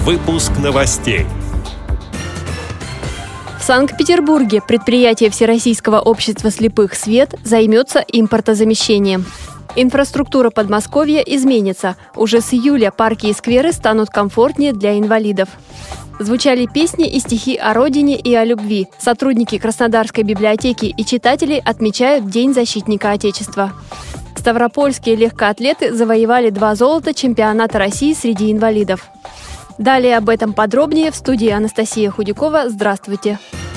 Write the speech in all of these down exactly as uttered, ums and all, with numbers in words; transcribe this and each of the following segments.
Выпуск новостей. В Санкт-Петербурге предприятие Всероссийского общества слепых «Свет» займется импортозамещением. Инфраструктура Подмосковья изменится. Уже с июля парки и скверы станут комфортнее для инвалидов. Звучали песни и стихи о родине и о любви. Сотрудники Краснодарской библиотеки и читатели отмечают День защитника Отечества. Ставропольские легкоатлеты завоевали два золота чемпионата России среди инвалидов. Далее об этом подробнее в студии Анастасия Худякова. Здравствуйте!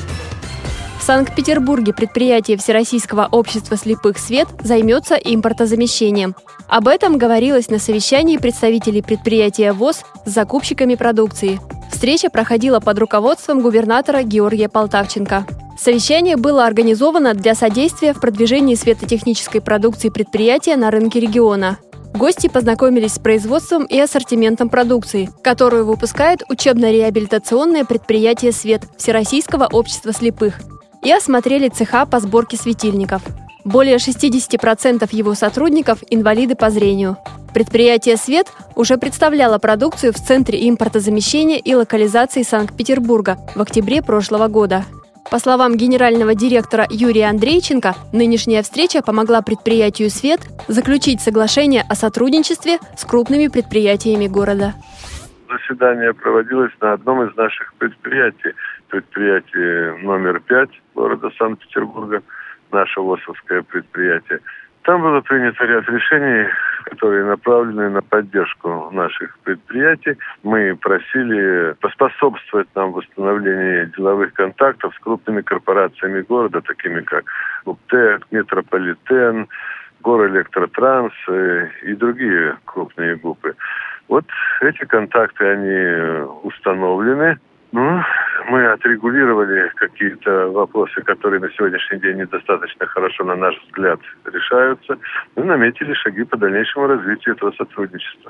В Санкт-Петербурге предприятие Всероссийского общества слепых «Свет» займется импортозамещением. Об этом говорилось на совещании представителей предприятия ВОС с закупщиками продукции. Встреча проходила под руководством губернатора Георгия Полтавченко. Совещание было организовано для содействия в продвижении светотехнической продукции предприятия на рынке региона. Гости познакомились с производством и ассортиментом продукции, которую выпускает учебно-реабилитационное предприятие «Свет» Всероссийского общества слепых, и осмотрели цеха по сборке светильников. Более шестьдесят процентов его сотрудников – инвалиды по зрению. Предприятие «Свет» уже представляло продукцию в Центре импортозамещения и локализации Санкт-Петербурга в октябре прошлого года. По словам генерального директора Юрия Андрейченко, нынешняя встреча помогла предприятию «Свет» заключить соглашение о сотрудничестве с крупными предприятиями города. Заседание проводилось на одном из наших предприятий. Предприятие номер пять города Санкт-Петербурга, наше ВОСовское предприятие. Там было принято ряд решений, которые направлены на поддержку наших предприятий. Мы просили поспособствовать нам в восстановлении деловых контактов с крупными корпорациями города, такими как ГУПТЭК, Метрополитен, Горэлектротранс и другие крупные ГУПы. Вот эти контакты, они установлены. Ну, мы отрегулировали какие-то вопросы, которые на сегодняшний день недостаточно хорошо, на наш взгляд, решаются. Мы наметили шаги по дальнейшему развитию этого сотрудничества.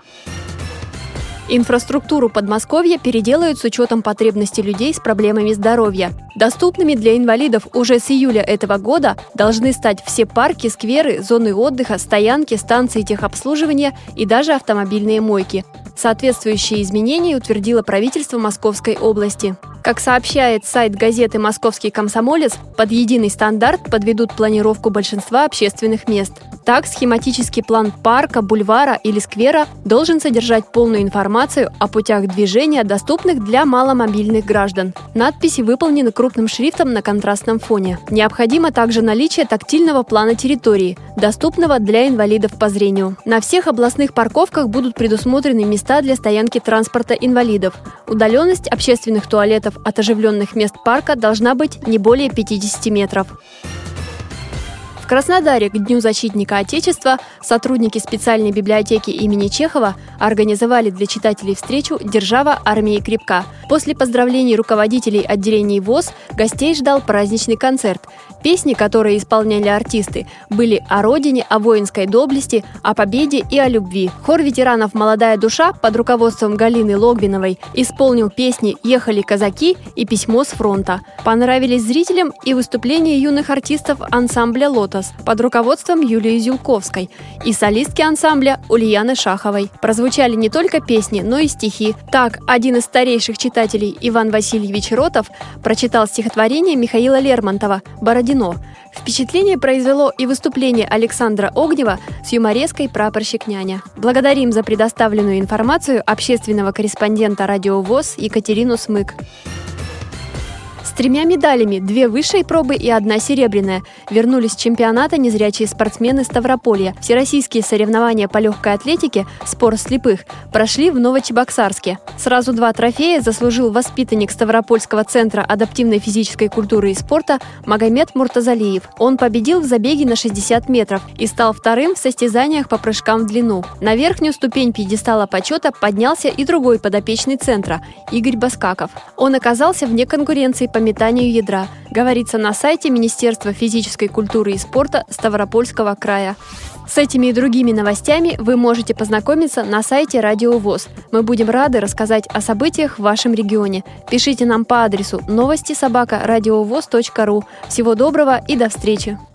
Инфраструктуру Подмосковья переделают с учетом потребностей людей с проблемами здоровья. Доступными для инвалидов уже с июля этого года должны стать все парки, скверы, зоны отдыха, стоянки, станции техобслуживания и даже автомобильные мойки. Соответствующие изменения утвердило правительство Московской области. Как сообщает сайт газеты «Московский комсомолец», под единый стандарт подведут планировку большинства общественных мест. Так, схематический план парка, бульвара или сквера должен содержать полную информацию о путях движения, доступных для маломобильных граждан. Надписи выполнены крупным шрифтом на контрастном фоне. Необходимо также наличие тактильного плана территории, доступного для инвалидов по зрению. На всех областных парковках будут предусмотрены места для стоянки транспорта инвалидов. Удаленность общественных туалетов от оживленных мест парка должна быть не более пятьдесят метров. В Краснодаре к Дню защитника Отечества сотрудники специальной библиотеки имени Чехова организовали для читателей встречу «Держава армии крепка». После поздравлений руководителей отделений ВОС гостей ждал праздничный концерт. Песни, которые исполняли артисты, были о родине, о воинской доблести, о победе и о любви. Хор ветеранов «Молодая душа» под руководством Галины Логвиновой исполнил песни «Ехали казаки» и «Письмо с фронта». Понравились зрителям и выступления юных артистов ансамбля «Лотос» под руководством Юлии Зюлковской и солистки ансамбля Ульяны Шаховой. Прозвучали не только песни, но и стихи. Так, один из старейших читателей Иван Васильевич Ротов прочитал стихотворение Михаила Лермонтова «Бородино». Впечатление произвело и выступление Александра Огнева с юмореской «Прапорщик няня». Благодарим за предоставленную информацию общественного корреспондента Радио ВОС Екатерину Смык. С тремя медалями, две высшие пробы и одна серебряная, вернулись с чемпионата незрячие спортсмены Ставрополья. Всероссийские соревнования по легкой атлетике «Спор слепых» прошли в Новочебоксарске. Сразу два трофея заслужил воспитанник Ставропольского центра адаптивной физической культуры и спорта Магомед Муртазалиев. Он победил в забеге на шестьдесят метров и стал вторым в состязаниях по прыжкам в длину. На верхнюю ступень пьедестала почета поднялся и другой подопечный центра – Игорь Баскаков. Он оказался вне конкуренции по метанию ядра, говорится на сайте Министерства физической культуры и спорта Ставропольского края. С этими и другими новостями вы можете познакомиться на сайте Радио ВОС. Мы будем рады рассказать о событиях в вашем регионе. Пишите нам по адресу новости собака радиовос точка ру. Всего доброго и до встречи!